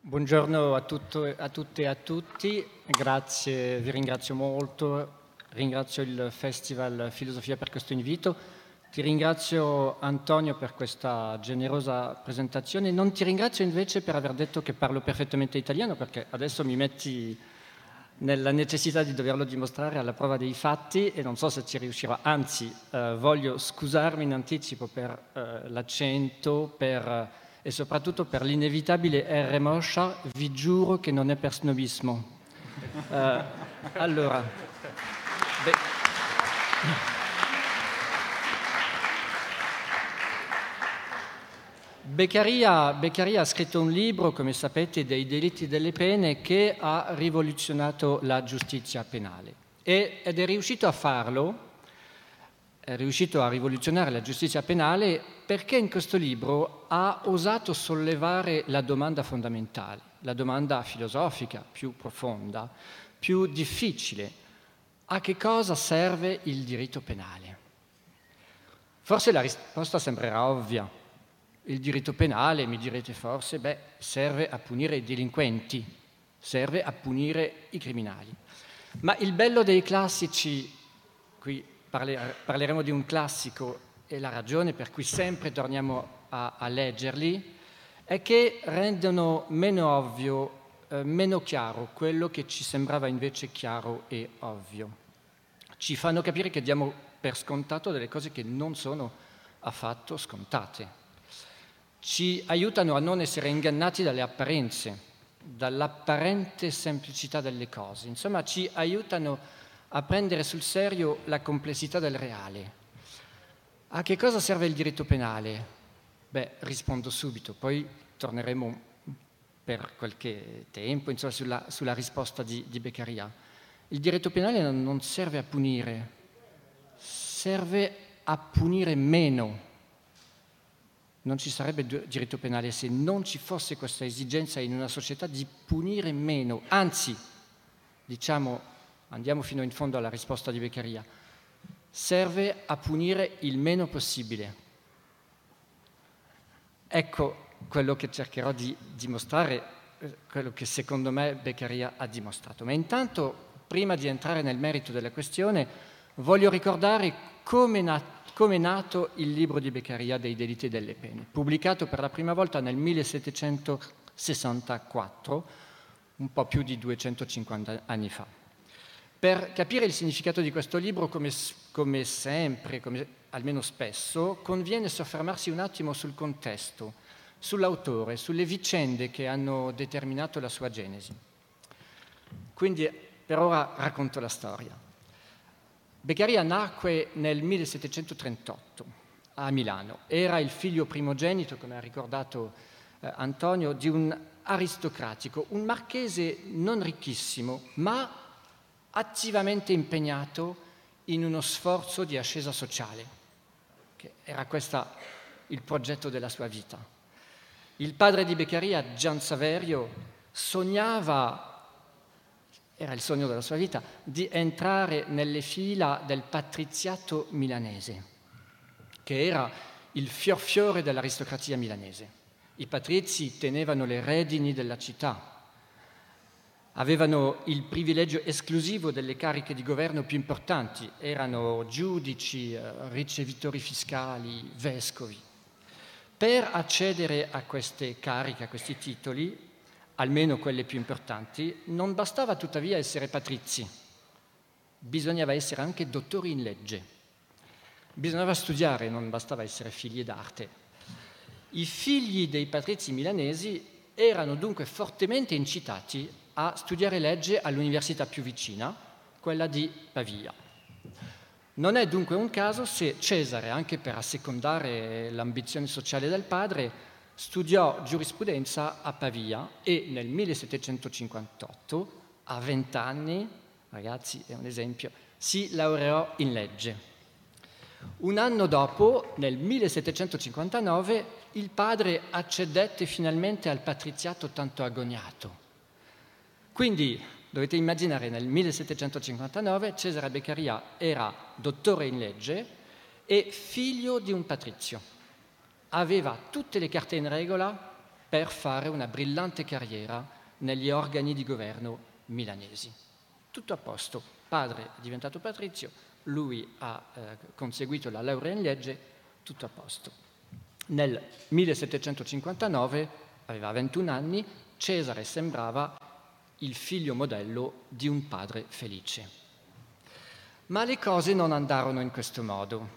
Buongiorno a tutte e a tutti, grazie, vi ringrazio molto, ringrazio il Festival Filosofia per questo invito, ti ringrazio Antonio per questa generosa presentazione, non ti ringrazio invece per aver detto che parlo perfettamente italiano perché adesso mi metti nella necessità di doverlo dimostrare alla prova dei fatti e non so se ci riuscirò, anzi voglio scusarmi in anticipo per l'accento, e soprattutto per l'inevitabile R moscia, vi giuro che non è per snobismo. Allora, Beccaria ha scritto un libro, come sapete, dei delitti e delle pene che ha rivoluzionato la giustizia penale ed è riuscito a farlo, è riuscito a rivoluzionare la giustizia penale perché in questo libro ha osato sollevare la domanda fondamentale, la domanda filosofica più profonda, più difficile. A che cosa serve il diritto penale? Forse la risposta sembrerà ovvia. Il diritto penale, mi direte forse, serve a punire i delinquenti, serve a punire i criminali. Ma il bello dei classici, qui parleremo di un classico e la ragione per cui sempre torniamo a leggerli, è che rendono meno ovvio, meno chiaro quello che ci sembrava invece chiaro e ovvio. Ci fanno capire che diamo per scontato delle cose che non sono affatto scontate. Ci aiutano a non essere ingannati dalle apparenze, dall'apparente semplicità delle cose. Insomma, ci aiutano a prendere sul serio la complessità del reale. A che cosa serve il diritto penale? Rispondo subito, poi torneremo per qualche tempo sulla risposta di Beccaria. Il diritto penale non serve a punire, serve a punire meno. Non ci sarebbe diritto penale se non ci fosse questa esigenza in una società di punire meno. Anzi, diciamo, andiamo fino in fondo alla risposta di Beccaria, serve a punire il meno possibile. Ecco quello che cercherò di dimostrare, quello che secondo me Beccaria ha dimostrato. Ma intanto, prima di entrare nel merito della questione, voglio ricordare come è nato il libro di Beccaria dei delitti e delle pene, pubblicato per la prima volta nel 1764, un po' più di 250 anni fa. Per capire il significato di questo libro, come sempre, almeno spesso, conviene soffermarsi un attimo sul contesto, sull'autore, sulle vicende che hanno determinato la sua genesi. Quindi per ora racconto la storia. Beccaria nacque nel 1738 a Milano. Era il figlio primogenito, come ha ricordato Antonio, di un aristocratico, un marchese non ricchissimo, ma attivamente impegnato in uno sforzo di ascesa sociale, che era questo il progetto della sua vita. Il padre di Beccaria, Gian Saverio, era il sogno della sua vita, di entrare nelle fila del patriziato milanese, che era il fiore dell'aristocrazia milanese. I patrizi tenevano le redini della città, avevano il privilegio esclusivo delle cariche di governo più importanti, erano giudici, ricevitori fiscali, vescovi. Per accedere a queste cariche, a questi titoli, almeno quelle più importanti, non bastava tuttavia essere patrizi, bisognava essere anche dottori in legge, bisognava studiare, non bastava essere figli d'arte. I figli dei patrizi milanesi erano dunque fortemente incitati a studiare legge all'università più vicina, quella di Pavia. Non è dunque un caso se Cesare, anche per assecondare l'ambizione sociale del padre, studiò giurisprudenza a Pavia e nel 1758, a 20 anni, ragazzi è un esempio, si laureò in legge. Un anno dopo, nel 1759, il padre accedette finalmente al patriziato tanto agognato. Quindi dovete immaginare nel 1759 Cesare Beccaria era dottore in legge e figlio di un patrizio. Aveva tutte le carte in regola per fare una brillante carriera negli organi di governo milanesi. Tutto a posto, padre è diventato patrizio, lui ha conseguito la laurea in legge, tutto a posto. Nel 1759, aveva 21 anni, Cesare sembrava il figlio modello di un padre felice. Ma le cose non andarono in questo modo.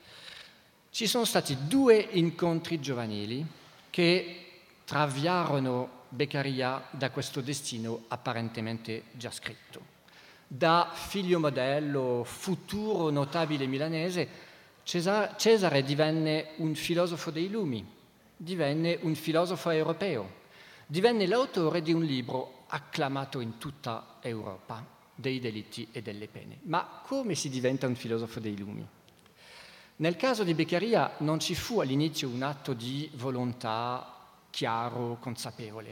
Ci sono stati 2 incontri giovanili che traviarono Beccaria da questo destino apparentemente già scritto. Da figlio modello, futuro notabile milanese, Cesare divenne un filosofo dei lumi, divenne un filosofo europeo, divenne l'autore di un libro acclamato in tutta Europa, dei delitti e delle pene. Ma come si diventa un filosofo dei lumi? Nel caso di Beccaria non ci fu all'inizio un atto di volontà chiaro, consapevole.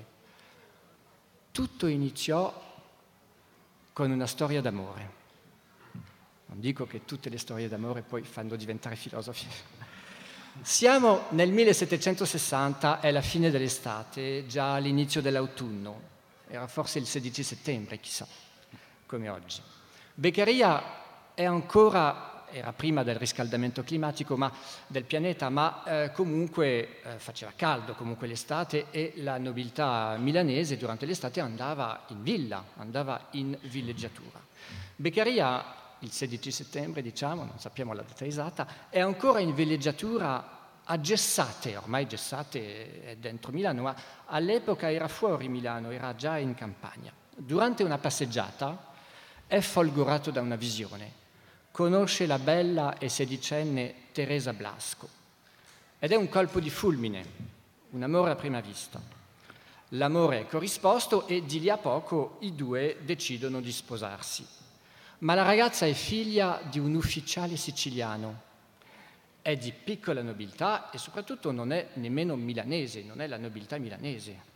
Tutto iniziò con una storia d'amore. Non dico che tutte le storie d'amore poi fanno diventare filosofi. Siamo nel 1760, è la fine dell'estate, già all'inizio dell'autunno. Era forse il 16 settembre, chissà, come oggi. Beccaria era prima del riscaldamento climatico del pianeta, ma comunque faceva caldo comunque l'estate e la nobiltà milanese durante l'estate andava in villa, andava in villeggiatura. Beccaria, il 16 settembre diciamo, non sappiamo la data esatta, è ancora in villeggiatura a Gessate, ormai Gessate è dentro Milano, ma all'epoca era fuori Milano, era già in campagna. Durante una passeggiata è folgorato da una visione. Conosce la bella e sedicenne Teresa Blasco ed è un colpo di fulmine, un amore a prima vista. L'amore è corrisposto e di lì a poco i 2 decidono di sposarsi. Ma la ragazza è figlia di un ufficiale siciliano, è di piccola nobiltà e soprattutto non è nemmeno milanese, non è la nobiltà milanese.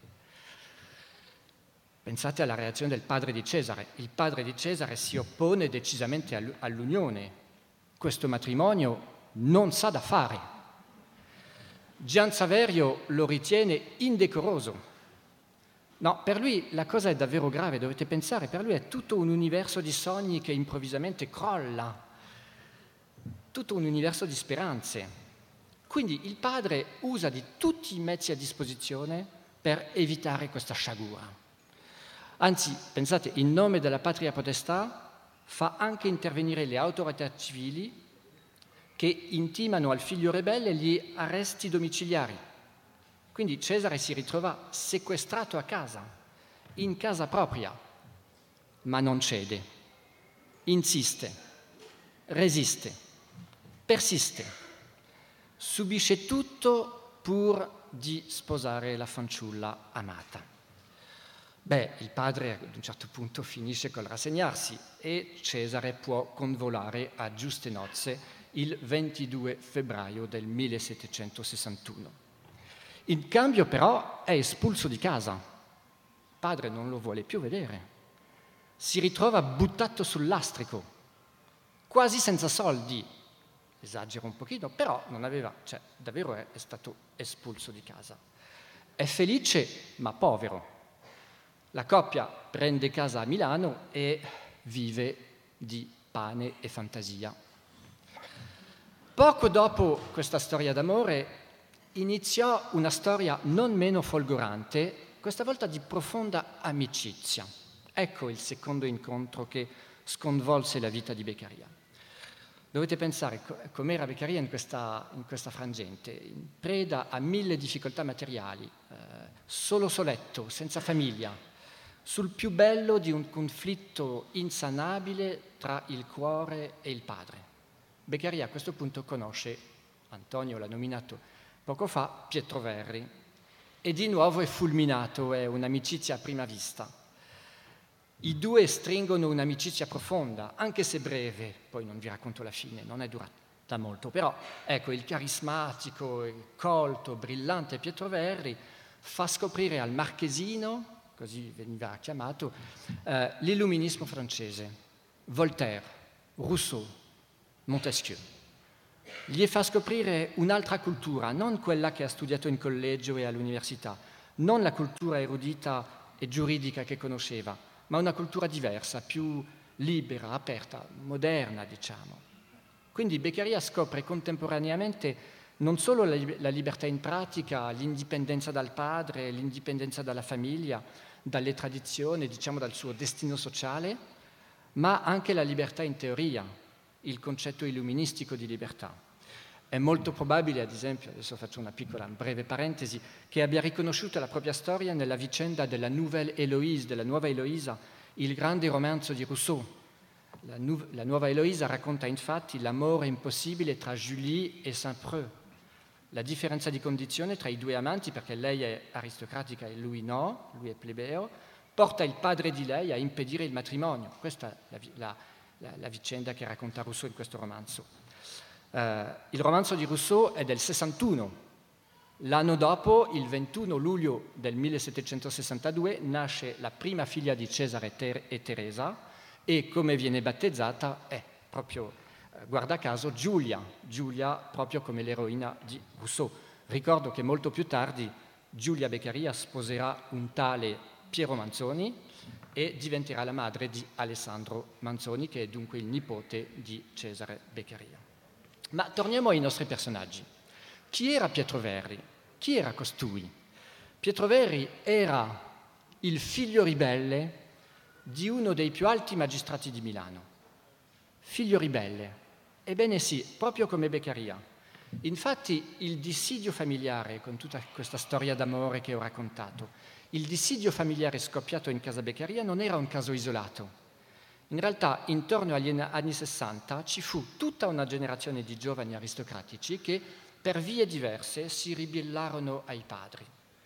Pensate alla reazione del padre di Cesare. Il padre di Cesare si oppone decisamente all'unione. Questo matrimonio non sa da fare. Gian Saverio lo ritiene indecoroso. No, per lui la cosa è davvero grave, dovete pensare, per lui è tutto un universo di sogni che improvvisamente crolla, tutto un universo di speranze. Quindi il padre usa di tutti i mezzi a disposizione per evitare questa sciagura. Anzi, pensate, in nome della patria potestà fa anche intervenire le autorità civili che intimano al figlio ribelle gli arresti domiciliari. Quindi Cesare si ritrova sequestrato a casa, in casa propria, ma non cede, insiste, resiste, persiste, subisce tutto pur di sposare la fanciulla amata. Il padre ad un certo punto finisce col rassegnarsi e Cesare può convolare a giuste nozze il 22 febbraio del 1761. In cambio però è espulso di casa. Il padre non lo vuole più vedere. Si ritrova buttato sul lastrico, quasi senza soldi. Esagero un pochino, però non aveva, davvero è stato espulso di casa. È felice ma povero. La coppia prende casa a Milano e vive di pane e fantasia. Poco dopo questa storia d'amore iniziò una storia non meno folgorante, questa volta di profonda amicizia. Ecco il secondo incontro che sconvolse la vita di Beccaria. Dovete pensare com'era Beccaria in questa frangente, in preda a 1000 difficoltà materiali, solo soletto, senza famiglia, sul più bello di un conflitto insanabile tra il cuore e il padre. Beccaria a questo punto conosce, Antonio l'ha nominato poco fa, Pietro Verri, e di nuovo è fulminato, è un'amicizia a prima vista. I 2 stringono un'amicizia profonda, anche se breve, poi non vi racconto la fine, non è durata molto, però ecco, il carismatico, il colto, brillante Pietro Verri fa scoprire al marchesino, così veniva chiamato, l'illuminismo francese, Voltaire, Rousseau, Montesquieu. Gli fa scoprire un'altra cultura, non quella che ha studiato in collegio e all'università, non la cultura erudita e giuridica che conosceva, ma una cultura diversa, più libera, aperta, moderna, diciamo. Quindi Beccaria scopre contemporaneamente non solo la libertà in pratica, l'indipendenza dal padre, l'indipendenza dalla famiglia, dalle tradizioni, diciamo dal suo destino sociale, ma anche la libertà in teoria, il concetto illuministico di libertà. È molto probabile, ad esempio, adesso faccio una piccola breve parentesi, che abbia riconosciuto la propria storia nella vicenda della Nouvelle Héloïse, della nuova Eloisa, il grande romanzo di Rousseau. La nuova Eloisa racconta infatti l'amore impossibile tra Julie e Saint-Preux, la differenza di condizione tra i due amanti, perché lei è aristocratica e lui no, lui è plebeo, porta il padre di lei a impedire il matrimonio. Questa è la vicenda che racconta Rousseau in questo romanzo. Il romanzo di Rousseau è del 61. L'anno dopo, il 21 luglio del 1762, nasce la prima figlia di Cesare e Teresa e, come viene battezzata, è proprio, guarda caso, Giulia proprio come l'eroina di Rousseau. Ricordo che molto più tardi Giulia Beccaria sposerà un tale Piero Manzoni e diventerà la madre di Alessandro Manzoni, che è dunque il nipote di Cesare Beccaria. Ma torniamo ai nostri personaggi. Chi era Pietro Verri? Chi era costui? Pietro Verri era il figlio ribelle di uno dei più alti magistrati di Milano. Figlio ribelle. Ebbene sì, proprio come Beccaria. Infatti il dissidio familiare, con tutta questa storia d'amore che ho raccontato, il dissidio familiare scoppiato in casa Beccaria non era un caso isolato. In realtà, intorno agli anni 60 ci fu tutta una generazione di giovani aristocratici che, per vie diverse, si ribellarono ai padri.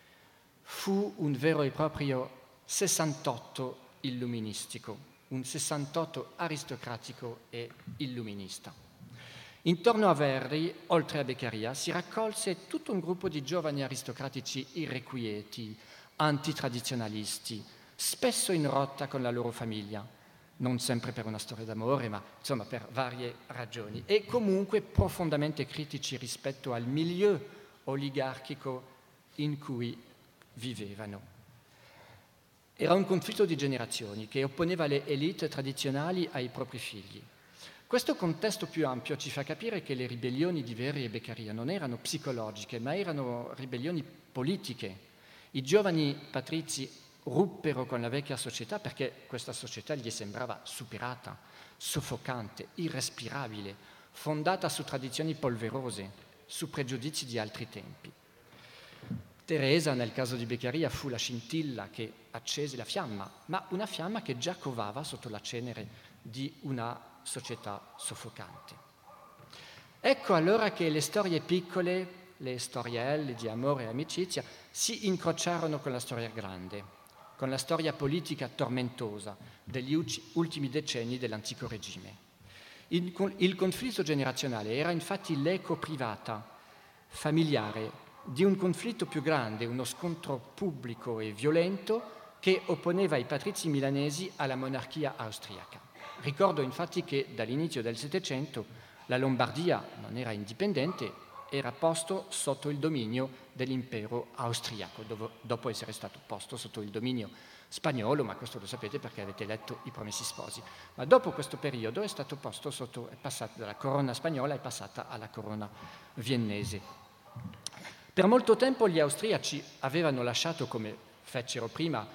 Fu un vero e proprio 68 illuministico, un 68 aristocratico e illuminista. Intorno a Verri, oltre a Beccaria, si raccolse tutto un gruppo di giovani aristocratici irrequieti, antitradizionalisti, spesso in rotta con la loro famiglia, non sempre per una storia d'amore, ma insomma per varie ragioni, e comunque profondamente critici rispetto al milieu oligarchico in cui vivevano. Era un conflitto di generazioni che opponeva le élite tradizionali ai propri figli. Questo contesto più ampio ci fa capire che le ribellioni di Verri e Beccaria non erano psicologiche, ma erano ribellioni politiche. I giovani patrizi ruppero con la vecchia società perché questa società gli sembrava superata, soffocante, irrespirabile, fondata su tradizioni polverose, su pregiudizi di altri tempi. Teresa, nel caso di Beccaria, fu la scintilla che accese la fiamma, ma una fiamma che già covava sotto la cenere di una società soffocante. Ecco allora che le storie piccole, le storielle di amore e amicizia, si incrociarono con la storia grande, con la storia politica tormentosa degli ultimi decenni dell'antico regime. Il conflitto generazionale era infatti l'eco privata, familiare, di un conflitto più grande, uno scontro pubblico e violento che opponeva i patrizi milanesi alla monarchia austriaca. Ricordo infatti che dall'inizio del Settecento la Lombardia non era indipendente, era posto sotto il dominio dell'impero austriaco, dopo essere stato posto sotto il dominio spagnolo, ma questo lo sapete perché avete letto I Promessi Sposi. Ma dopo questo periodo è stato posto sotto, è passata dalla corona spagnola, è passata alla corona viennese. Per molto tempo gli austriaci avevano lasciato, come fecero prima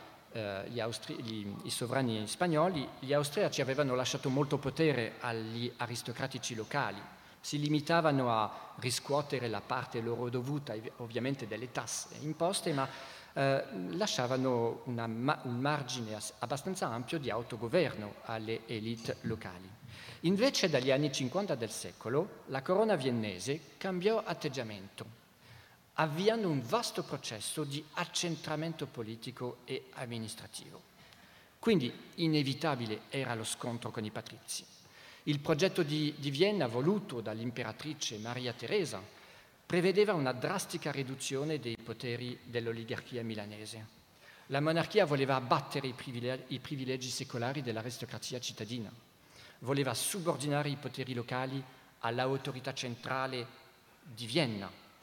i sovrani spagnoli, gli austriaci avevano lasciato molto potere agli aristocratici locali, si limitavano a riscuotere la parte loro dovuta, ovviamente delle tasse imposte, ma lasciavano un margine abbastanza ampio di autogoverno alle élite locali. Invece dagli anni 50 del secolo la corona viennese cambiò atteggiamento, avviando un vasto processo di accentramento politico e amministrativo. Quindi inevitabile era lo scontro con i patrizi. Il progetto di Vienna, voluto dall'imperatrice Maria Teresa, prevedeva una drastica riduzione dei poteri dell'oligarchia milanese. La monarchia voleva abbattere i privilegi secolari dell'aristocrazia cittadina, voleva subordinare i poteri locali all'autorità centrale di Vienna,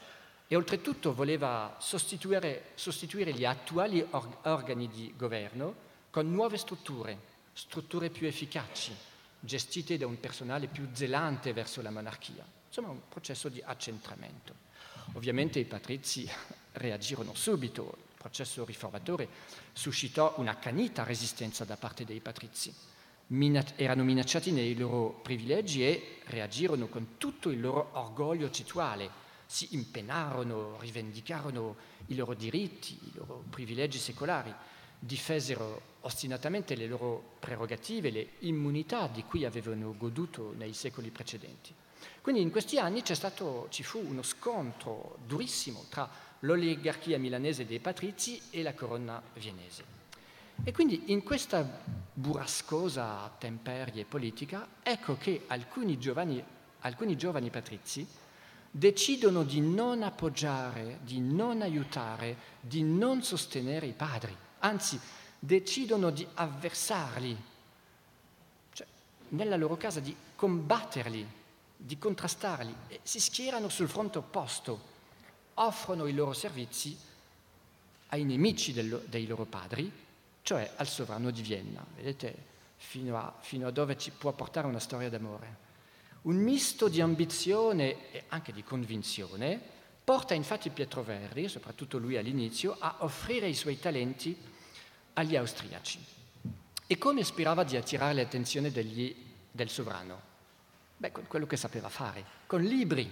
e oltretutto voleva sostituire gli attuali organi di governo con nuove strutture più efficaci, gestite da un personale più zelante verso la monarchia. Insomma, un processo di accentramento. Ovviamente i patrizi reagirono subito. Il processo riformatore suscitò un'accanita resistenza da parte dei patrizi. Erano minacciati nei loro privilegi e reagirono con tutto il loro orgoglio cetuale. Si impennarono, rivendicarono i loro diritti, i loro privilegi secolari, difesero ostinatamente le loro prerogative, le immunità di cui avevano goduto nei secoli precedenti. Quindi in questi anni ci fu uno scontro durissimo tra l'oligarchia milanese dei patrizi e la corona viennese. E quindi in questa burrascosa temperie politica, ecco che alcuni giovani patrizi decidono di non appoggiare, di non aiutare, di non sostenere i padri, anzi decidono di avversarli, cioè nella loro casa di combatterli, di contrastarli, e si schierano sul fronte opposto, offrono i loro servizi ai nemici dei loro padri, cioè al sovrano di Vienna. Vedete fino a dove ci può portare una storia d'amore. Un misto di ambizione e anche di convinzione porta infatti Pietro Verri, soprattutto lui all'inizio, a offrire i suoi talenti agli austriaci. E come sperava di attirare l'attenzione del sovrano? Beh, con quello che sapeva fare, con libri,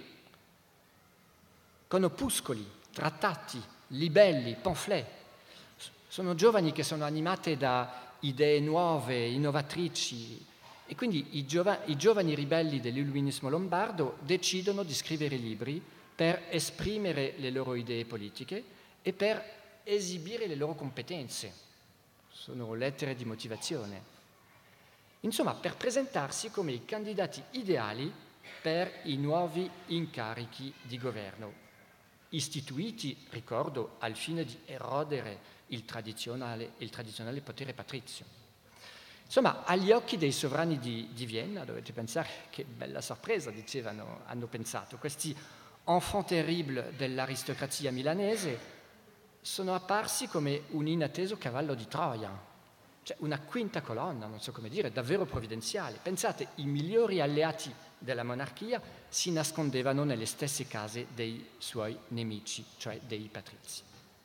con opuscoli, trattati, libelli, pamphlet. Sono giovani che sono animate da idee nuove, innovatrici, e quindi i giovani ribelli dell'illuminismo lombardo decidono di scrivere libri per esprimere le loro idee politiche e per esibire le loro competenze. Sono lettere di motivazione. Insomma, per presentarsi come i candidati ideali per i nuovi incarichi di governo, istituiti, ricordo, al fine di erodere il tradizionale potere patrizio. Insomma, agli occhi dei sovrani di Vienna, dovete pensare che bella sorpresa, hanno pensato, questi enfant terrible dell'aristocrazia milanese sono apparsi come un inatteso cavallo di Troia, cioè una quinta colonna, non so come dire, davvero provvidenziale. Pensate, i migliori alleati della monarchia si nascondevano nelle stesse case dei suoi nemici, cioè dei patrizi.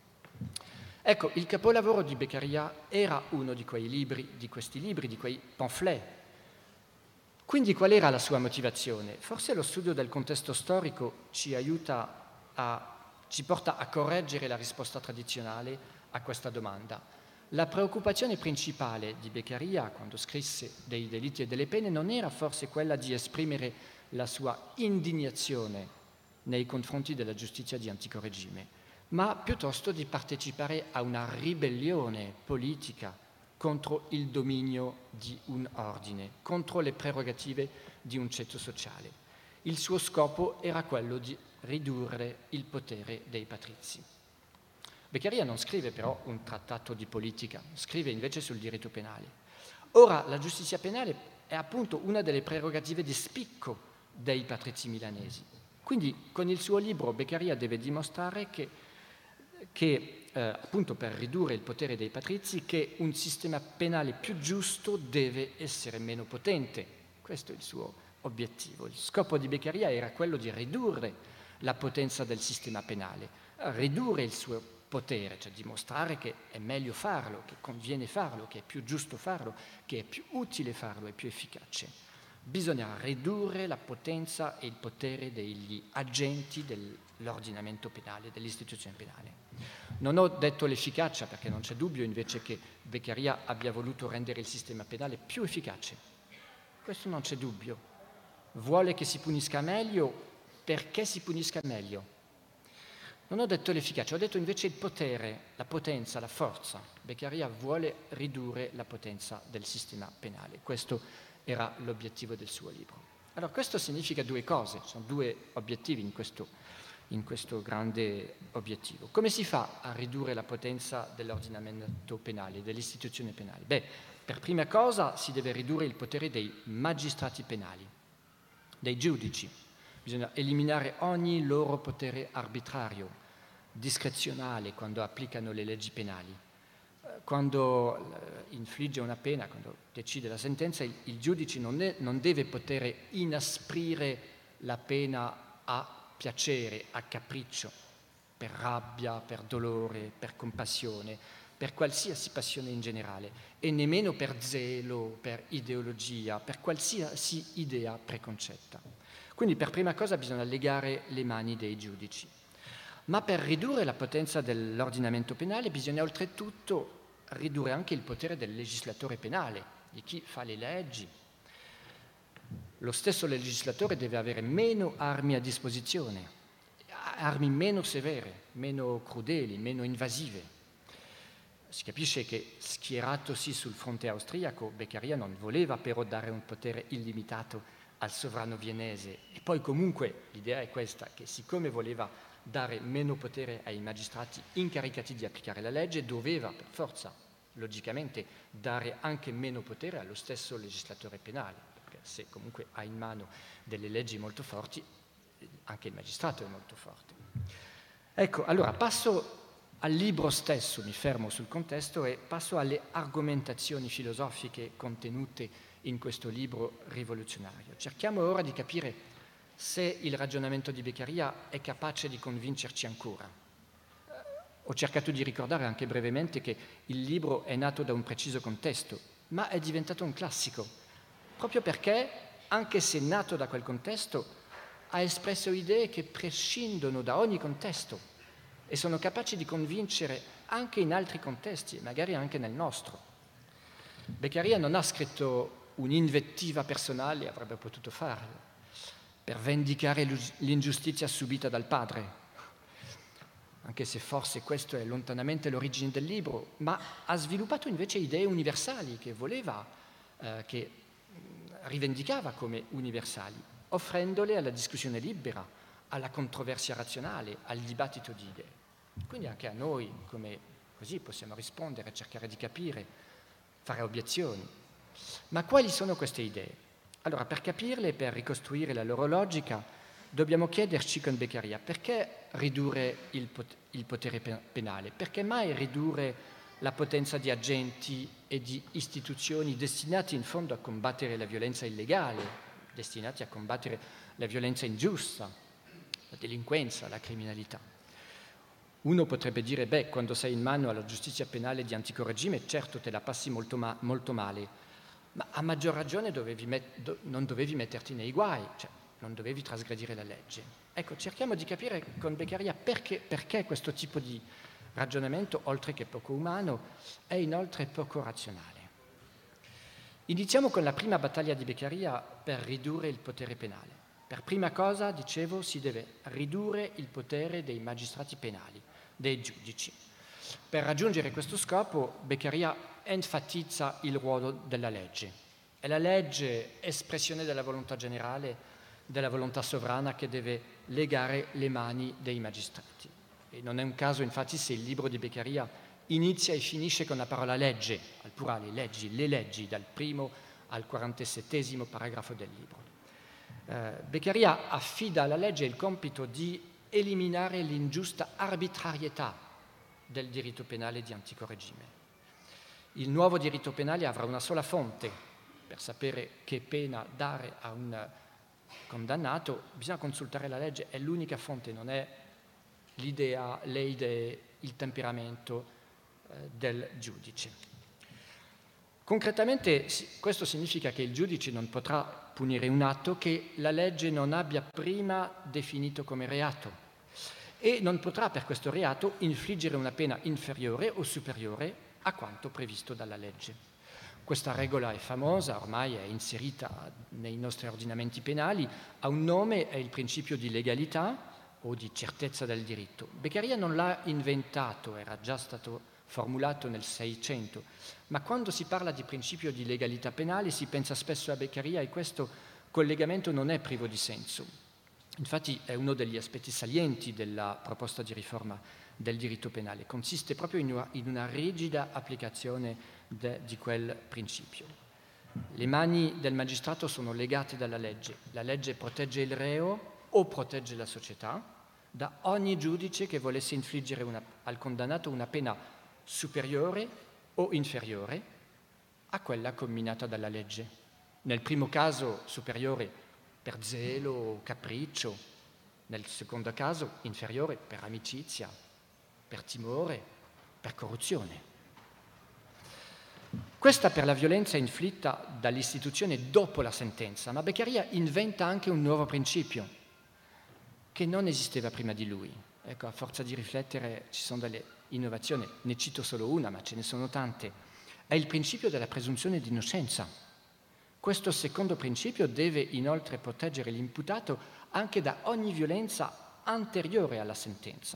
Ecco, il capolavoro di Beccaria era uno di quei libri, di quei pamphlet. Quindi qual era la sua motivazione? Forse lo studio del contesto storico ci porta a correggere la risposta tradizionale a questa domanda. La preoccupazione principale di Beccaria, quando scrisse dei delitti e delle pene, non era forse quella di esprimere la sua indignazione nei confronti della giustizia di antico regime, ma piuttosto di partecipare a una ribellione politica contro il dominio di un ordine, contro le prerogative di un ceto sociale. Il suo scopo era quello di ridurre il potere dei patrizi. Beccaria non scrive però un trattato di politica, scrive invece sul diritto penale. Ora, la giustizia penale è appunto una delle prerogative di spicco dei patrizi milanesi. Quindi con il suo libro Beccaria deve dimostrare che appunto per ridurre il potere dei patrizi, che un sistema penale più giusto deve essere meno potente. Questo è il suo obiettivo. Il scopo di Beccaria era quello di ridurre la potenza del sistema penale, ridurre il suo potere, cioè dimostrare che è meglio farlo, che conviene farlo, che è più giusto farlo, che è più utile farlo e più efficace. Bisogna ridurre la potenza e il potere degli agenti dell'ordinamento penale, dell'istituzione penale. Non ho detto l'efficacia perché non c'è dubbio invece che Beccaria abbia voluto rendere il sistema penale più efficace. Questo non c'è dubbio. Vuole che si punisca meglio perché si punisca meglio. Non ho detto l'efficacia, ho detto invece il potere, la potenza, la forza. Beccaria vuole ridurre la potenza del sistema penale. Questo era l'obiettivo del suo libro. Allora, questo significa due cose, sono due obiettivi in questo grande obiettivo. Come si fa a ridurre la potenza dell'ordinamento penale, dell'istituzione penale? Beh, per prima cosa si deve ridurre il potere dei magistrati penali, dei giudici. bisogna eliminare ogni loro potere arbitrario, discrezionale quando applicano le leggi penali. Quando infligge una pena, quando decide la sentenza, il giudice non deve poter inasprire la pena a piacere, a capriccio, per rabbia, per dolore, per compassione, per qualsiasi passione in generale, e nemmeno per zelo, per ideologia, per qualsiasi idea preconcetta. Quindi per prima cosa bisogna legare le mani dei giudici. Ma per ridurre la potenza dell'ordinamento penale bisogna oltretutto ridurre anche il potere del legislatore penale, di chi fa le leggi. Lo stesso legislatore deve avere meno armi a disposizione, armi meno severe, meno crudeli, meno invasive. Si capisce che, schieratosi sul fronte austriaco, Beccaria non voleva però dare un potere illimitato al sovrano viennese, e poi comunque l'idea è questa, che siccome voleva dare meno potere ai magistrati incaricati di applicare la legge, doveva per forza, logicamente, dare anche meno potere allo stesso legislatore penale, perché se comunque ha in mano delle leggi molto forti, anche il magistrato è molto forte. Ecco, allora passo al libro stesso, mi fermo sul contesto e passo alle argomentazioni filosofiche contenute in questo libro rivoluzionario. Cerchiamo ora di capire se il ragionamento di Beccaria è capace di convincerci ancora. Ho cercato di ricordare anche brevemente che il libro è nato da un preciso contesto, ma è diventato un classico, proprio perché, anche se nato da quel contesto, ha espresso idee che prescindono da ogni contesto e sono capaci di convincere anche in altri contesti, magari anche nel nostro. Beccaria non ha scritto un'invettiva personale, avrebbe potuto farlo, per vendicare l'ingiustizia subita dal padre, anche se forse questo è lontanamente l'origine del libro, ma ha sviluppato invece idee universali che voleva, che rivendicava come universali, offrendole alla discussione libera, alla controversia razionale, al dibattito di idee. Quindi anche a noi, come così, possiamo rispondere, cercare di capire, fare obiezioni. Ma quali sono queste idee? Allora, per capirle e per ricostruire la loro logica, dobbiamo chiederci con Beccaria perché ridurre il potere penale? Perché mai ridurre la potenza di agenti e di istituzioni destinati in fondo a combattere la violenza illegale, destinati a combattere la violenza ingiusta, la delinquenza, la criminalità? Uno potrebbe dire, beh, quando sei in mano alla giustizia penale di antico regime, certo te la passi molto male, ma a maggior ragione non dovevi metterti nei guai, cioè non dovevi trasgredire la legge. Ecco, cerchiamo di capire con Beccaria perché questo tipo di ragionamento, oltre che poco umano, è inoltre poco razionale. Iniziamo con la prima battaglia di Beccaria per ridurre il potere penale. Per prima cosa, dicevo, si deve ridurre il potere dei magistrati penali, dei giudici. Per raggiungere questo scopo, Beccaria enfatizza il ruolo della legge. È la legge espressione della volontà generale, della volontà sovrana, che deve legare le mani dei magistrati. E non è un caso, infatti, se il libro di Beccaria inizia e finisce con la parola legge, al plurale, leggi, le leggi, dal primo al 47° paragrafo del libro. Beccaria affida alla legge il compito di eliminare l'ingiusta arbitrarietà del diritto penale di antico regime. Il nuovo diritto penale avrà una sola fonte. Per sapere che pena dare a un condannato bisogna consultare la legge, è l'unica fonte, non è l'idea, le idee, il temperamento del giudice. Concretamente questo significa che il giudice non potrà punire un atto che la legge non abbia prima definito come reato e non potrà per questo reato infliggere una pena inferiore o superiore a quanto previsto dalla legge. Questa regola è famosa, ormai è inserita nei nostri ordinamenti penali, ha un nome, è il principio di legalità o di certezza del diritto. Beccaria non l'ha inventato, era già stato formulato nel 600, ma quando si parla di principio di legalità penale si pensa spesso a Beccaria e questo collegamento non è privo di senso. Infatti è uno degli aspetti salienti della proposta di riforma del diritto penale, consiste proprio in una rigida applicazione di quel principio. Le mani del magistrato sono legate dalla legge, la legge protegge il reo o protegge la società da ogni giudice che volesse infliggere al condannato una pena superiore o inferiore a quella comminata dalla legge. Nel primo caso superiore per zelo o capriccio, nel secondo caso inferiore per amicizia, per timore, per corruzione. Questa per la violenza inflitta dall'istituzione dopo la sentenza, ma Beccaria inventa anche un nuovo principio che non esisteva prima di lui. Ecco, a forza di riflettere ci sono delle innovazioni, ne cito solo una, ma ce ne sono tante. È il principio della presunzione di innocenza. Questo secondo principio deve inoltre proteggere l'imputato anche da ogni violenza anteriore alla sentenza,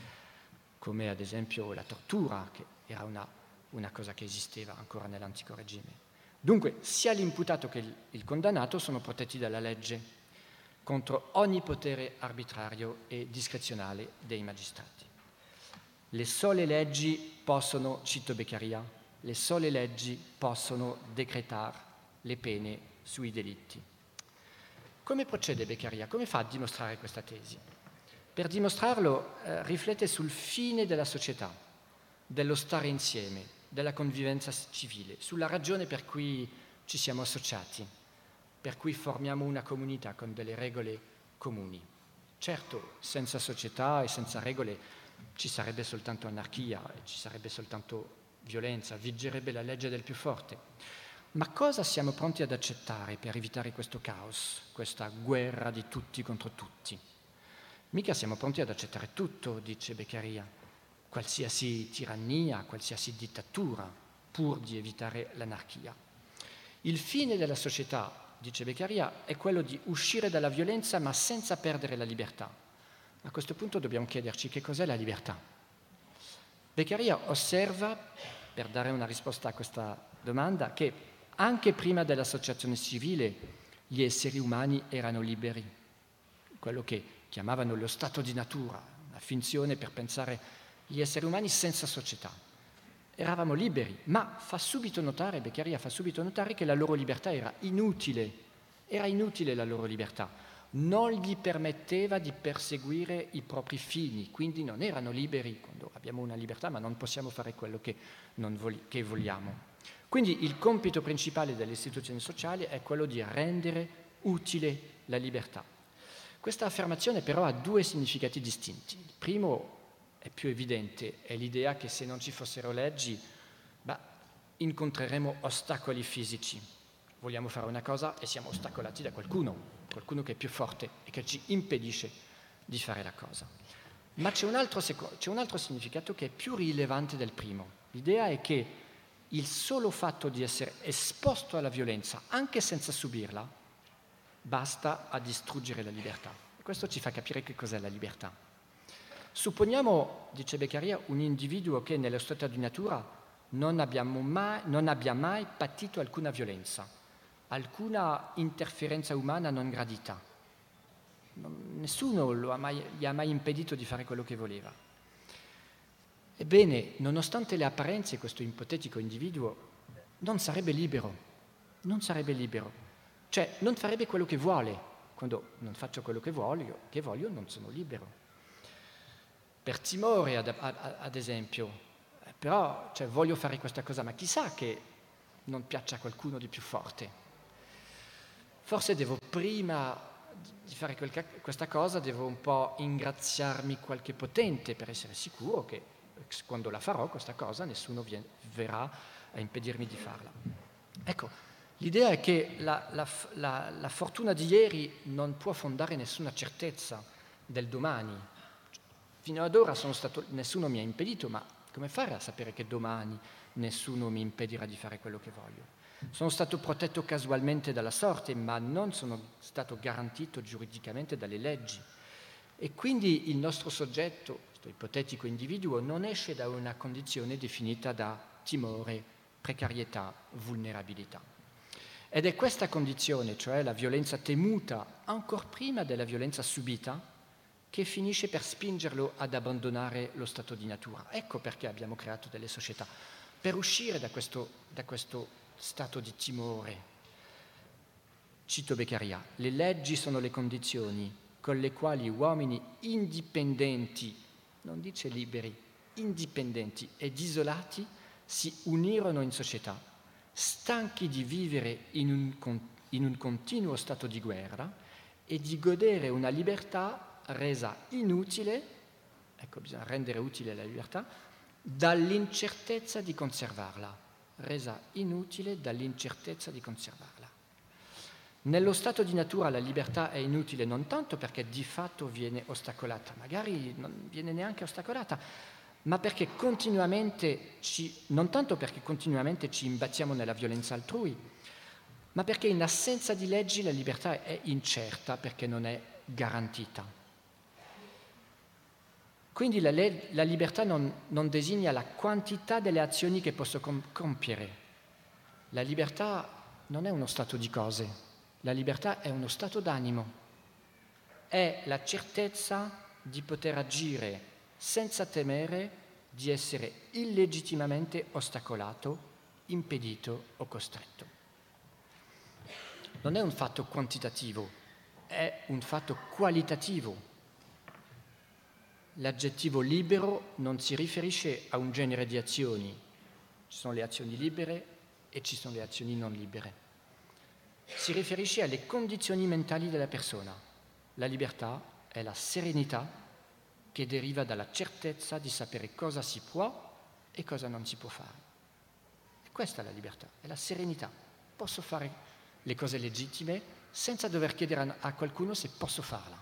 come ad esempio la tortura, che era una cosa che esisteva ancora nell'antico regime. Dunque, sia l'imputato che il condannato sono protetti dalla legge contro ogni potere arbitrario e discrezionale dei magistrati. Le sole leggi possono, cito Beccaria, le sole leggi possono decretare le pene sui delitti. Come procede Beccaria? Come fa a dimostrare questa tesi? Per dimostrarlo riflette sul fine della società, dello stare insieme, della convivenza civile, sulla ragione per cui ci siamo associati, per cui formiamo una comunità con delle regole comuni. Certo, senza società e senza regole ci sarebbe soltanto anarchia, ci sarebbe soltanto violenza, vigerebbe la legge del più forte. Ma cosa siamo pronti ad accettare per evitare questo caos, questa guerra di tutti contro tutti? Mica siamo pronti ad accettare tutto, dice Beccaria, qualsiasi tirannia, qualsiasi dittatura, pur di evitare l'anarchia. Il fine della società, dice Beccaria, è quello di uscire dalla violenza ma senza perdere la libertà. A questo punto dobbiamo chiederci che cos'è la libertà. Beccaria osserva, per dare una risposta a questa domanda, che anche prima dell'associazione civile gli esseri umani erano liberi, quello che chiamavano lo stato di natura, una finzione per pensare gli esseri umani senza società. Eravamo liberi, ma Beccaria fa subito notare che la loro libertà era inutile la loro libertà, non gli permetteva di perseguire i propri fini, quindi non erano liberi quando abbiamo una libertà, ma non possiamo fare quello che vogliamo. Quindi il compito principale delle istituzioni sociali è quello di rendere utile la libertà. Questa affermazione però ha due significati distinti. Il primo è più evidente, è l'idea che se non ci fossero leggi, incontreremo ostacoli fisici. Vogliamo fare una cosa e siamo ostacolati da qualcuno che è più forte e che ci impedisce di fare la cosa. Ma c'è un altro significato che è più rilevante del primo. L'idea è che il solo fatto di essere esposto alla violenza, anche senza subirla, basta a distruggere la libertà. E questo ci fa capire che cos'è la libertà. Supponiamo, dice Beccaria, un individuo che nello stato di natura non abbia mai patito alcuna violenza, alcuna interferenza umana non gradita. Nessuno gli ha mai impedito di fare quello che voleva. Ebbene, nonostante le apparenze, questo ipotetico individuo non sarebbe libero, cioè non farebbe quello che vuole. Quando non faccio quello che voglio non sono libero. Per timore, ad esempio, però voglio fare questa cosa, ma chissà che non piaccia a qualcuno di più forte. Forse prima di fare questa cosa, devo un po' ingraziarmi qualche potente per essere sicuro che quando la farò questa cosa nessuno verrà a impedirmi di farla. Ecco, l'idea è che la fortuna di ieri non può fondare nessuna certezza del domani. Fino ad ora nessuno mi ha impedito, ma come fare a sapere che domani nessuno mi impedirà di fare quello che voglio? Sono stato protetto casualmente dalla sorte, ma non sono stato garantito giuridicamente dalle leggi. E quindi il nostro soggetto, questo ipotetico individuo, non esce da una condizione definita da timore, precarietà, vulnerabilità. Ed è questa condizione, cioè la violenza temuta, ancor prima della violenza subita, che finisce per spingerlo ad abbandonare lo stato di natura. Ecco perché abbiamo creato delle società, per uscire da questo stato di timore. Cito Beccaria, le leggi sono le condizioni con le quali uomini indipendenti, non dice liberi, indipendenti ed isolati si unirono in società, stanchi di vivere in un continuo stato di guerra e di godere una libertà resa inutile, ecco, bisogna rendere utile la libertà, dall'incertezza di conservarla, resa inutile dall'incertezza di conservarla. Nello stato di natura la libertà è inutile non tanto perché di fatto viene ostacolata, magari non viene neanche ostacolata, ma perché non tanto perché continuamente ci imbattiamo nella violenza altrui, ma perché in assenza di leggi la libertà è incerta perché non è garantita. Quindi la libertà non designa la quantità delle azioni che posso compiere. La libertà non è uno stato di cose, la libertà è uno stato d'animo, è la certezza di poter agire senza temere di essere illegittimamente ostacolato, impedito o costretto. Non è un fatto quantitativo, è un fatto qualitativo. L'aggettivo libero non si riferisce a un genere di azioni. Ci sono le azioni libere e ci sono le azioni non libere. Si riferisce alle condizioni mentali della persona. La libertà è la serenità che deriva dalla certezza di sapere cosa si può e cosa non si può fare. E questa è la libertà, è la serenità. Posso fare le cose legittime senza dover chiedere a qualcuno se posso farla.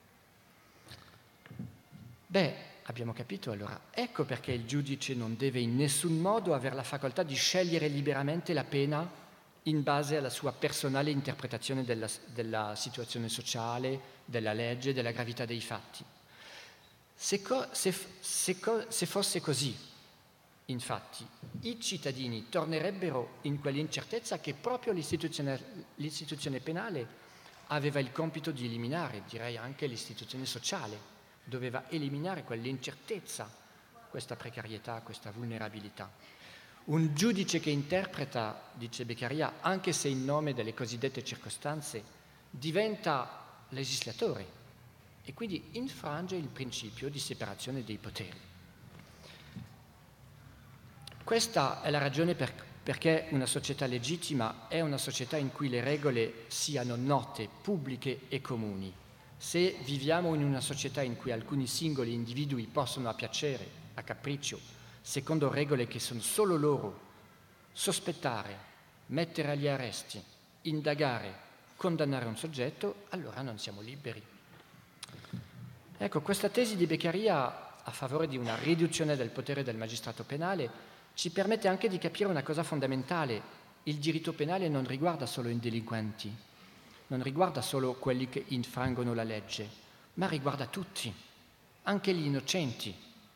Abbiamo capito allora, ecco perché il giudice non deve in nessun modo avere la facoltà di scegliere liberamente la pena in base alla sua personale interpretazione della situazione sociale, della legge, della gravità dei fatti. Se fosse così, infatti, i cittadini tornerebbero in quell'incertezza che proprio l'istituzione penale aveva il compito di eliminare, direi anche l'istituzione sociale, doveva eliminare quell'incertezza, questa precarietà, questa vulnerabilità. Un giudice che interpreta, dice Beccaria, anche se in nome delle cosiddette circostanze, diventa legislatore e quindi infrange il principio di separazione dei poteri. Questa è la ragione perché una società legittima è una società in cui le regole siano note, pubbliche e comuni. Se viviamo in una società in cui alcuni singoli individui possono a piacere, a capriccio, secondo regole che sono solo loro, sospettare, mettere agli arresti, indagare, condannare un soggetto, allora non siamo liberi. Ecco, questa tesi di Beccaria a favore di una riduzione del potere del magistrato penale ci permette anche di capire una cosa fondamentale. Il diritto penale non riguarda solo i delinquenti, non riguarda solo quelli che infrangono la legge, ma riguarda tutti, anche gli innocenti.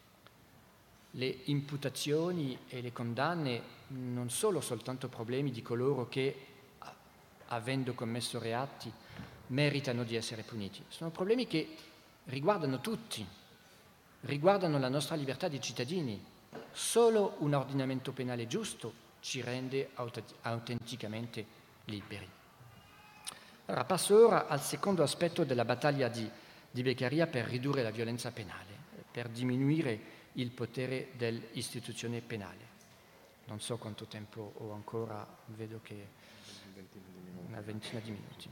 Le imputazioni e le condanne non sono soltanto problemi di coloro che, avendo commesso reati, meritano di essere puniti. Sono problemi che riguardano tutti, riguardano la nostra libertà di cittadini. Solo un ordinamento penale giusto ci rende autenticamente liberi. Allora, passo ora al secondo aspetto della battaglia di Beccaria per ridurre la violenza penale, per diminuire il potere dell'istituzione penale. Non so quanto tempo ho ancora, vedo che una ventina di minuti.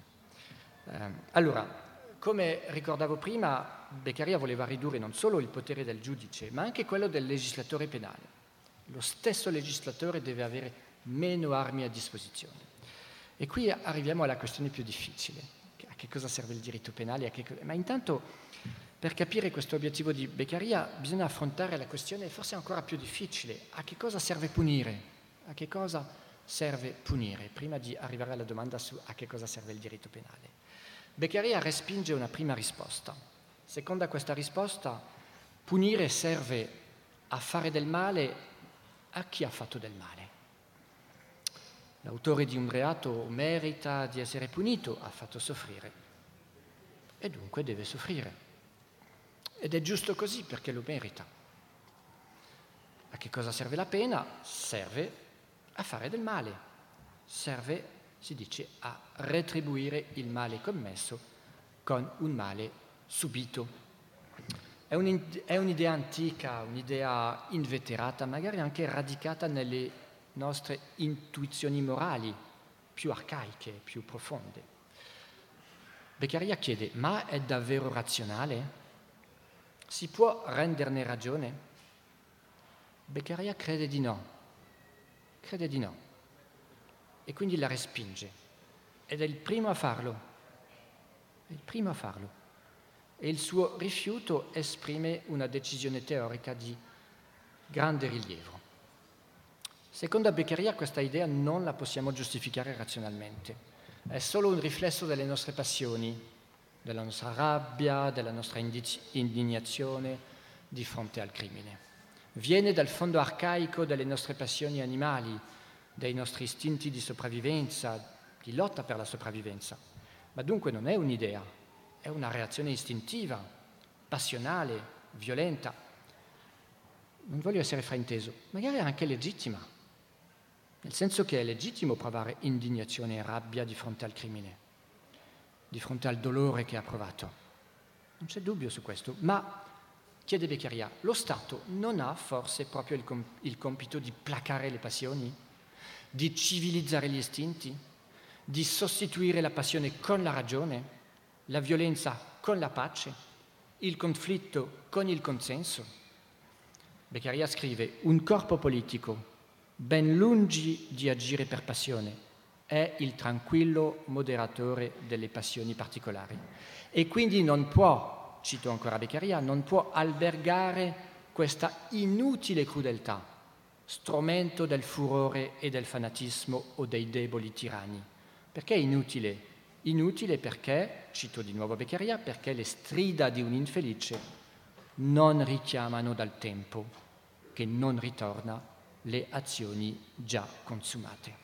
Allora, come ricordavo prima, Beccaria voleva ridurre non solo il potere del giudice, ma anche quello del legislatore penale. Lo stesso legislatore deve avere meno armi a disposizione. E qui arriviamo alla questione più difficile. A che cosa serve il diritto penale? Ma intanto, per capire questo obiettivo di Beccaria, bisogna affrontare la questione forse ancora più difficile. A che cosa serve punire? A che cosa serve punire? Prima di arrivare alla domanda su a che cosa serve il diritto penale. Beccaria respinge una prima risposta. Secondo questa risposta, punire serve a fare del male a chi ha fatto del male. L'autore di un reato merita di essere punito, ha fatto soffrire e dunque deve soffrire. Ed è giusto così perché lo merita. A che cosa serve la pena? Serve a fare del male, serve, si dice, a retribuire il male commesso con un male subito. È un'idea antica, un'idea inveterata, magari anche radicata nelle nostre intuizioni morali più arcaiche, più profonde. Beccaria chiede, ma è davvero razionale? Si può renderne ragione? Beccaria crede di no, e quindi la respinge. Ed è il primo a farlo, E il suo rifiuto esprime una decisione teorica di grande rilievo. Secondo Beccaria questa idea non la possiamo giustificare razionalmente, è solo un riflesso delle nostre passioni, della nostra rabbia, della nostra indignazione di fronte al crimine. Viene dal fondo arcaico delle nostre passioni animali, dei nostri istinti di sopravvivenza, di lotta per la sopravvivenza, ma dunque non è un'idea, è una reazione istintiva, passionale, violenta. Non voglio essere frainteso, magari anche legittima, nel senso che è legittimo provare indignazione e rabbia di fronte al crimine, di fronte al dolore che ha provato. Non c'è dubbio su questo, ma, chiede Beccaria, lo Stato non ha forse proprio il compito di placare le passioni, di civilizzare gli istinti, di sostituire la passione con la ragione, la violenza con la pace, il conflitto con il consenso? Beccaria scrive, un corpo politico, ben lungi di agire per passione, è il tranquillo moderatore delle passioni particolari e quindi non può, cito ancora Beccaria, non può albergare questa inutile crudeltà, strumento del furore e del fanatismo o dei deboli tiranni. Perché è inutile? Inutile perché, cito di nuovo Beccaria, perché le strida di un infelice non richiamano dal tempo che non ritorna le azioni già consumate.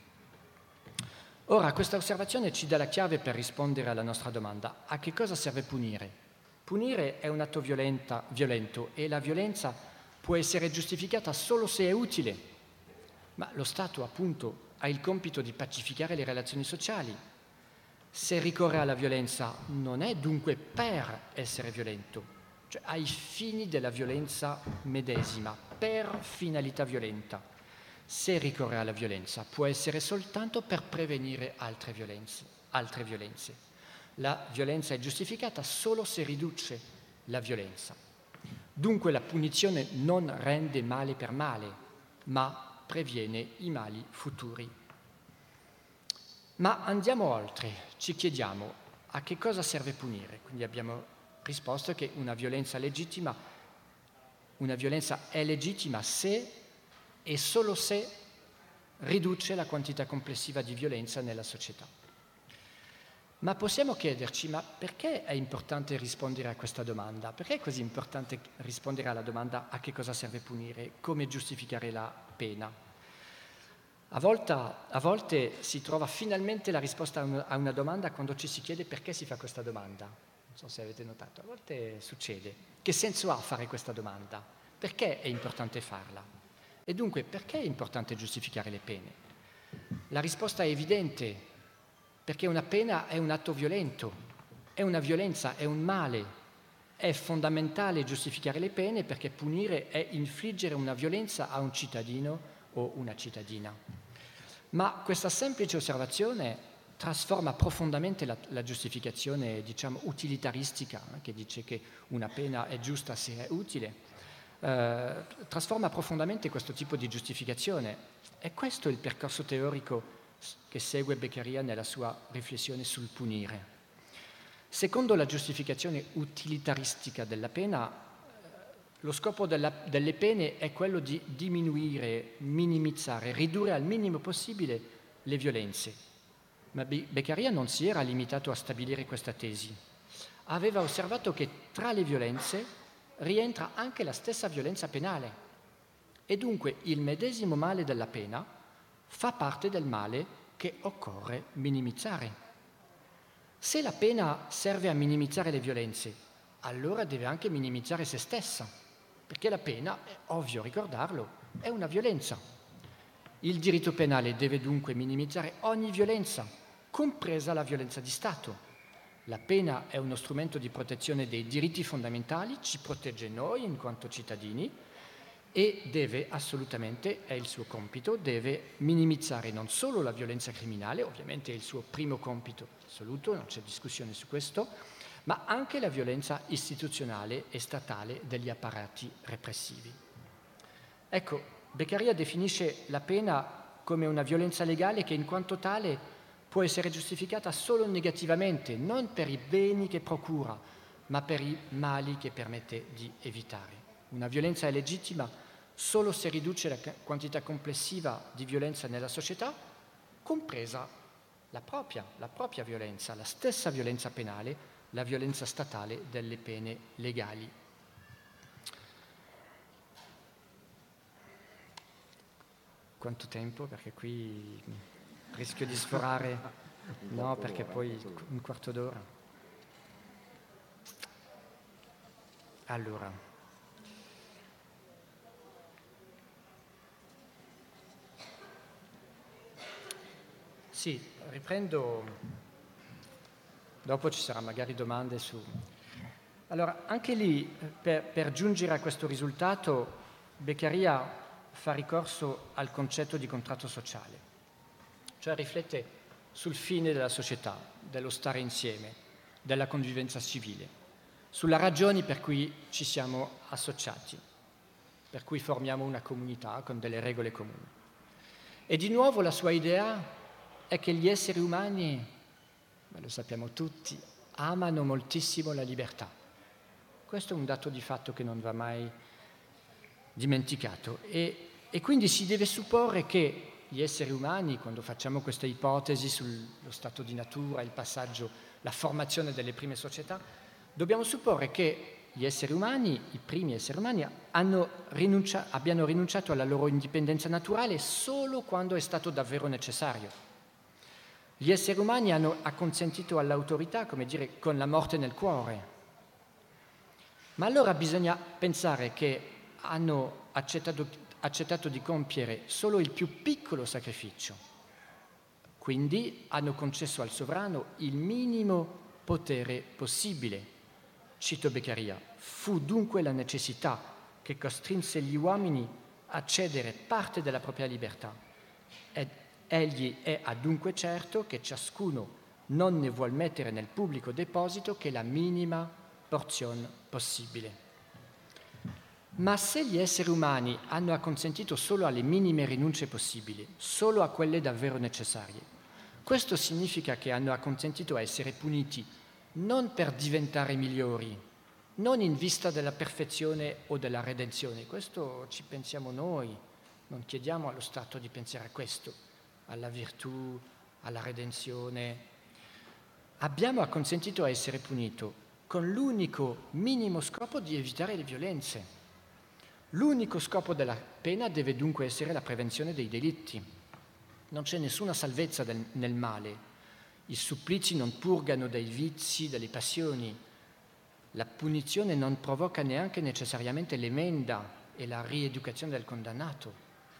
Ora, questa osservazione ci dà la chiave per rispondere alla nostra domanda: a che cosa serve punire? Punire è un atto violento e la violenza può essere giustificata solo se è utile, ma lo Stato appunto ha il compito di pacificare le relazioni sociali. Se ricorre alla violenza non è dunque per essere violento, cioè ai fini della violenza medesima, per finalità violenta. Se ricorre alla violenza può essere soltanto per prevenire altre violenze. La violenza è giustificata solo se riduce la violenza. Dunque la punizione non rende male per male, ma previene i mali futuri. Ma andiamo oltre, ci chiediamo a che cosa serve punire. Quindi abbiamo risposto che una violenza è legittima se e solo se riduce la quantità complessiva di violenza nella società. Ma possiamo chiederci, ma perché è importante rispondere a questa domanda? Perché è così importante rispondere alla domanda a che cosa serve punire, come giustificare la pena? A volte si trova finalmente la risposta a una domanda quando ci si chiede perché si fa questa domanda. Non so se avete notato, a volte succede. Che senso ha fare questa domanda? Perché è importante farla? E dunque, perché è importante giustificare le pene? La risposta è evidente, perché una pena è un atto violento, è una violenza, è un male. È fondamentale giustificare le pene perché punire è infliggere una violenza a un cittadino o una cittadina. Ma questa semplice osservazione trasforma profondamente la giustificazione, diciamo, utilitaristica, che dice che una pena è giusta se è utile, trasforma profondamente questo tipo di giustificazione. E questo è il percorso teorico che segue Beccaria nella sua riflessione sul punire. Secondo la giustificazione utilitaristica della pena, lo scopo delle pene è quello di diminuire, minimizzare, ridurre al minimo possibile le violenze. Ma Beccaria non si era limitato a stabilire questa tesi. Aveva osservato che tra le violenze rientra anche la stessa violenza penale e dunque il medesimo male della pena fa parte del male che occorre minimizzare. Se la pena serve a minimizzare le violenze, allora deve anche minimizzare se stessa, perché la pena, è ovvio ricordarlo, è una violenza. Il diritto penale deve dunque minimizzare ogni violenza, compresa la violenza di Stato. La pena è uno strumento di protezione dei diritti fondamentali, ci protegge noi in quanto cittadini e deve assolutamente, è il suo compito, deve minimizzare non solo la violenza criminale, ovviamente è il suo primo compito assoluto, non c'è discussione su questo, ma anche la violenza istituzionale e statale degli apparati repressivi. Ecco, Beccaria definisce la pena come una violenza legale che in quanto tale può essere giustificata solo negativamente, non per i beni che procura, ma per i mali che permette di evitare. Una violenza è legittima solo se riduce la quantità complessiva di violenza nella società, compresa la propria violenza, la stessa violenza penale, la violenza statale delle pene legali. Quanto tempo? Perché qui rischio di sforare. No, perché poi un quarto d'ora. Allora. Sì, riprendo. Dopo ci saranno magari domande su. Allora, anche lì, per giungere a questo risultato, Beccaria fa ricorso al concetto di contratto sociale, cioè riflette sul fine della società, dello stare insieme, della convivenza civile, sulle ragioni per cui ci siamo associati, per cui formiamo una comunità con delle regole comuni. E di nuovo la sua idea è che gli esseri umani, ma lo sappiamo tutti, amano moltissimo la libertà. Questo è un dato di fatto che non va mai dimenticato e quindi si deve supporre che gli esseri umani, quando facciamo questa ipotesi sullo stato di natura, il passaggio, la formazione delle prime società, dobbiamo supporre che gli esseri umani, i primi esseri umani, abbiano rinunciato alla loro indipendenza naturale solo quando è stato davvero necessario. Gli esseri umani hanno acconsentito all'autorità, come dire, con la morte nel cuore. Ma allora bisogna pensare che hanno accettato di compiere solo il più piccolo sacrificio, quindi hanno concesso al sovrano il minimo potere possibile. Cito Beccaria: fu dunque la necessità che costrinse gli uomini a cedere parte della propria libertà. Egli è adunque certo che ciascuno non ne vuol mettere nel pubblico deposito che la minima porzione possibile. Ma se gli esseri umani hanno acconsentito solo alle minime rinunce possibili, solo a quelle davvero necessarie, questo significa che hanno acconsentito a essere puniti non per diventare migliori, non in vista della perfezione o della redenzione. Questo ci pensiamo noi, non chiediamo allo Stato di pensare a questo, alla virtù, alla redenzione. Abbiamo acconsentito a essere punito con l'unico minimo scopo di evitare le violenze. L'unico scopo della pena deve dunque essere la prevenzione dei delitti. Non c'è nessuna salvezza nel male. I supplizi non purgano dai vizi, dalle passioni. La punizione non provoca neanche necessariamente l'emenda e la rieducazione del condannato.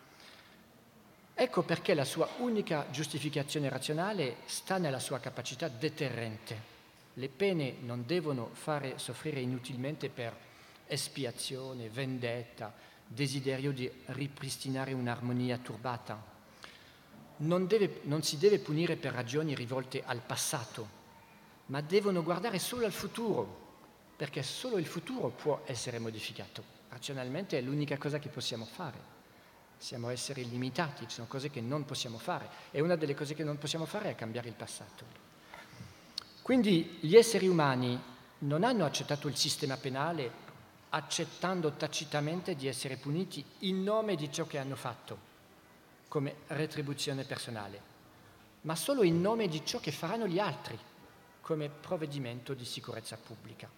Ecco perché la sua unica giustificazione razionale sta nella sua capacità deterrente. Le pene non devono fare soffrire inutilmente per espiazione, vendetta, desiderio di ripristinare un'armonia turbata. Non si deve punire per ragioni rivolte al passato, ma devono guardare solo al futuro, perché solo il futuro può essere modificato. Razionalmente è l'unica cosa che possiamo fare. Siamo esseri limitati, ci sono cose che non possiamo fare e una delle cose che non possiamo fare è cambiare il passato. Quindi gli esseri umani non hanno accettato il sistema penale accettando tacitamente di essere puniti in nome di ciò che hanno fatto, come retribuzione personale, ma solo in nome di ciò che faranno gli altri, come provvedimento di sicurezza pubblica.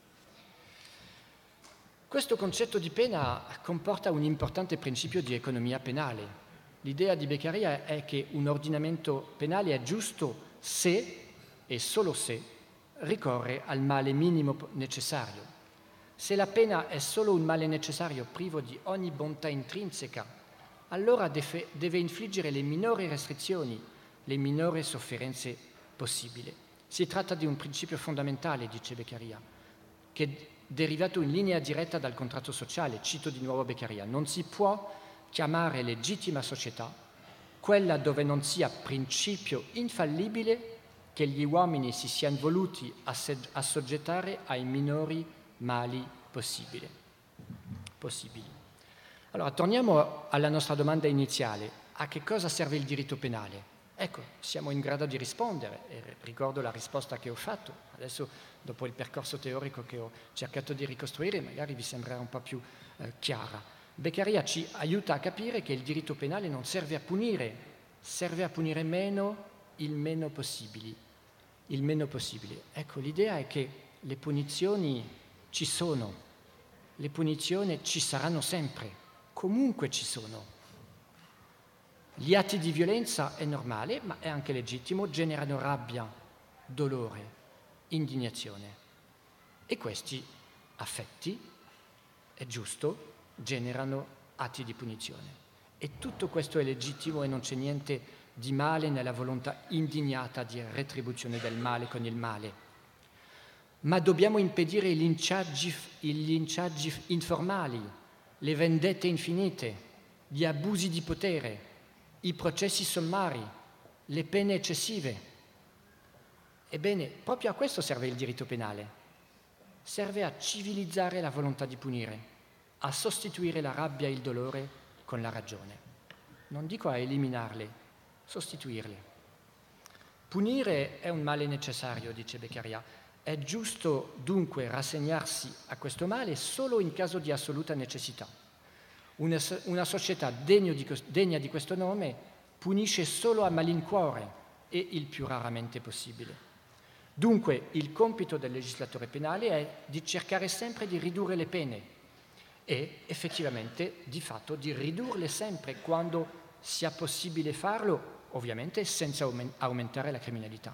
Questo concetto di pena comporta un importante principio di economia penale. L'idea di Beccaria è che un ordinamento penale è giusto se e solo se ricorre al male minimo necessario. Se la pena è solo un male necessario privo di ogni bontà intrinseca, allora deve infliggere le minori restrizioni, le minori sofferenze possibili. Si tratta di un principio fondamentale, dice Beccaria, che è derivato in linea diretta dal contratto sociale. Cito di nuovo Beccaria: non si può chiamare legittima società quella dove non sia principio infallibile che gli uomini si siano voluti assoggettare ai minori mali possibili. Allora, torniamo alla nostra domanda iniziale: a che cosa serve il diritto penale? Ecco, siamo in grado di rispondere, e ricordo la risposta che ho fatto. Adesso, dopo il percorso teorico che ho cercato di ricostruire, magari vi sembrerà un po' più chiara. Beccaria ci aiuta a capire che il diritto penale non serve a punire, serve a punire meno, il meno possibile. Ecco, l'idea è che le punizioni ci sono, le punizioni ci saranno sempre, comunque ci sono. Gli atti di violenza è normale, ma è anche legittimo, generano rabbia, dolore, indignazione. E questi affetti, è giusto, generano atti di punizione. E tutto questo è legittimo e non c'è niente di male nella volontà indignata di retribuzione del male con il male. Ma dobbiamo impedire i linciaggi informali, le vendette infinite, gli abusi di potere, i processi sommari, le pene eccessive. Ebbene, proprio a questo serve il diritto penale. Serve a civilizzare la volontà di punire, a sostituire la rabbia e il dolore con la ragione. Non dico a eliminarle, sostituirle. Punire è un male necessario, dice Beccaria. È giusto dunque rassegnarsi a questo male solo in caso di assoluta necessità. Una società degna di questo nome punisce solo a malincuore e il più raramente possibile. Dunque il compito del legislatore penale è di cercare sempre di ridurre le pene e effettivamente, di fatto, di ridurle sempre quando sia possibile farlo, ovviamente senza aumentare la criminalità.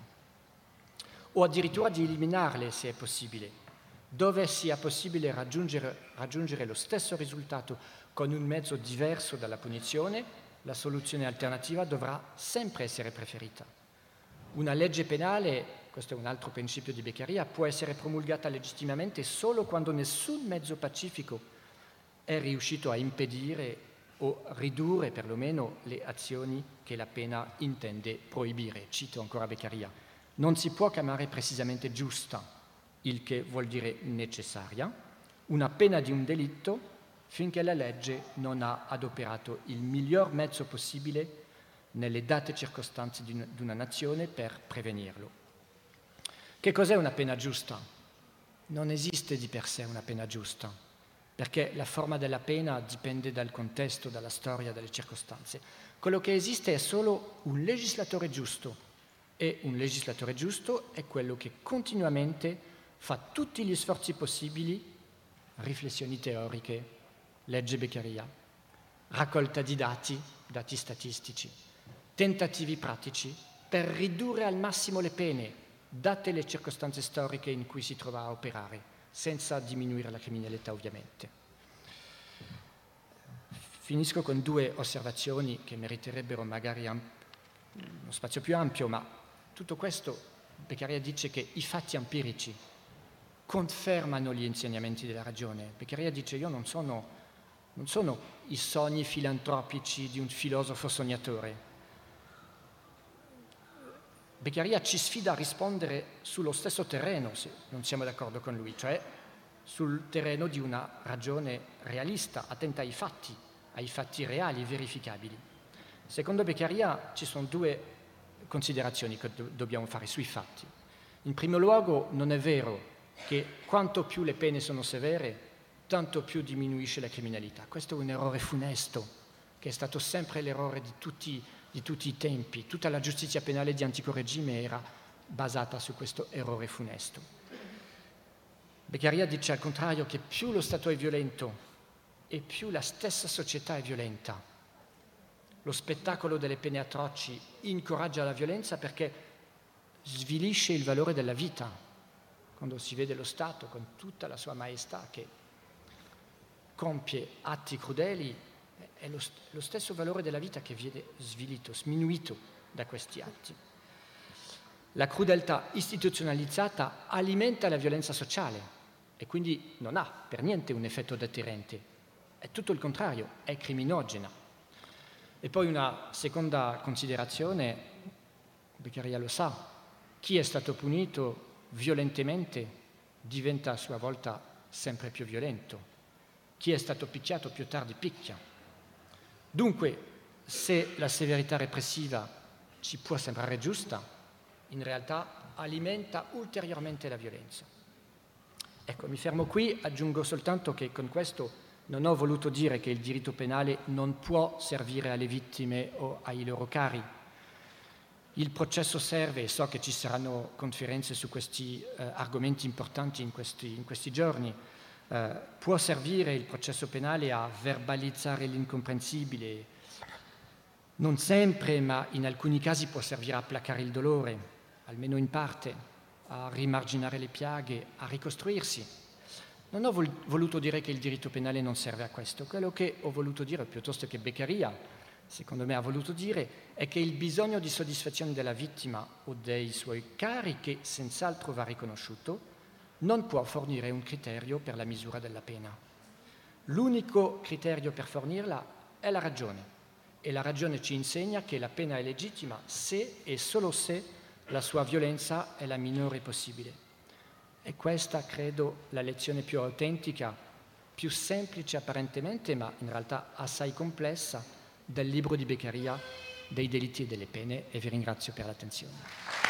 O addirittura di eliminarle se è possibile, dove sia possibile raggiungere lo stesso risultato con un mezzo diverso dalla punizione, la soluzione alternativa dovrà sempre essere preferita. Una legge penale, questo è un altro principio di Beccaria, può essere promulgata legittimamente solo quando nessun mezzo pacifico è riuscito a impedire o ridurre perlomeno le azioni che la pena intende proibire. Cito ancora Beccaria: non si può chiamare precisamente giusta, il che vuol dire necessaria, una pena di un delitto finché la legge non ha adoperato il miglior mezzo possibile nelle date circostanze di una nazione per prevenirlo. Che cos'è una pena giusta? Non esiste di per sé una pena giusta, perché la forma della pena dipende dal contesto, dalla storia, dalle circostanze. Quello che esiste è solo un legislatore giusto, e un legislatore giusto è quello che continuamente fa tutti gli sforzi possibili, riflessioni teoriche, legge Beccaria, raccolta di dati statistici, tentativi pratici per ridurre al massimo le pene, date le circostanze storiche in cui si trova a operare, senza diminuire la criminalità ovviamente. Finisco con due osservazioni che meriterebbero magari uno spazio più ampio, ma tutto questo Beccaria dice che i fatti empirici confermano gli insegnamenti della ragione. Beccaria dice: io non sono i sogni filantropici di un filosofo sognatore. Beccaria ci sfida a rispondere sullo stesso terreno, se non siamo d'accordo con lui, cioè sul terreno di una ragione realista, attenta ai fatti reali e verificabili. Secondo Beccaria ci sono due considerazioni che dobbiamo fare sui fatti. In primo luogo, non è vero che quanto più le pene sono severe, tanto più diminuisce la criminalità. Questo è un errore funesto, che è stato sempre l'errore di tutti i tempi. Tutta la giustizia penale di antico regime era basata su questo errore funesto. Beccaria dice al contrario che più lo Stato è violento e più la stessa società è violenta. Lo spettacolo delle pene atroci incoraggia la violenza perché svilisce il valore della vita. Quando si vede lo Stato con tutta la sua maestà che compie atti crudeli, è lo stesso valore della vita che viene svilito, sminuito da questi atti. La crudeltà istituzionalizzata alimenta la violenza sociale e quindi non ha per niente un effetto deterrente, è tutto il contrario, è criminogena. E poi una seconda considerazione, Beccaria lo sa, chi è stato punito violentemente diventa a sua volta sempre più violento, chi è stato picchiato più tardi picchia. Dunque, se la severità repressiva ci può sembrare giusta, in realtà alimenta ulteriormente la violenza. Ecco, mi fermo qui, aggiungo soltanto che con questo non ho voluto dire che il diritto penale non può servire alle vittime o ai loro cari. Il processo serve, e so che ci saranno conferenze su questi argomenti importanti in questi giorni, può servire il processo penale a verbalizzare l'incomprensibile. Non sempre, ma in alcuni casi può servire a placare il dolore, almeno in parte, a rimarginare le piaghe, a ricostruirsi. Non ho voluto dire che il diritto penale non serve a questo. Quello che ho voluto dire, piuttosto che Beccaria, secondo me ha voluto dire, è che il bisogno di soddisfazione della vittima o dei suoi cari, che senz'altro va riconosciuto, non può fornire un criterio per la misura della pena. L'unico criterio per fornirla è la ragione, e la ragione ci insegna che la pena è legittima se e solo se la sua violenza è la minore possibile. E questa, credo, la lezione più autentica, più semplice apparentemente, ma in realtà assai complessa, del libro di Beccaria, dei delitti e delle pene, e vi ringrazio per l'attenzione.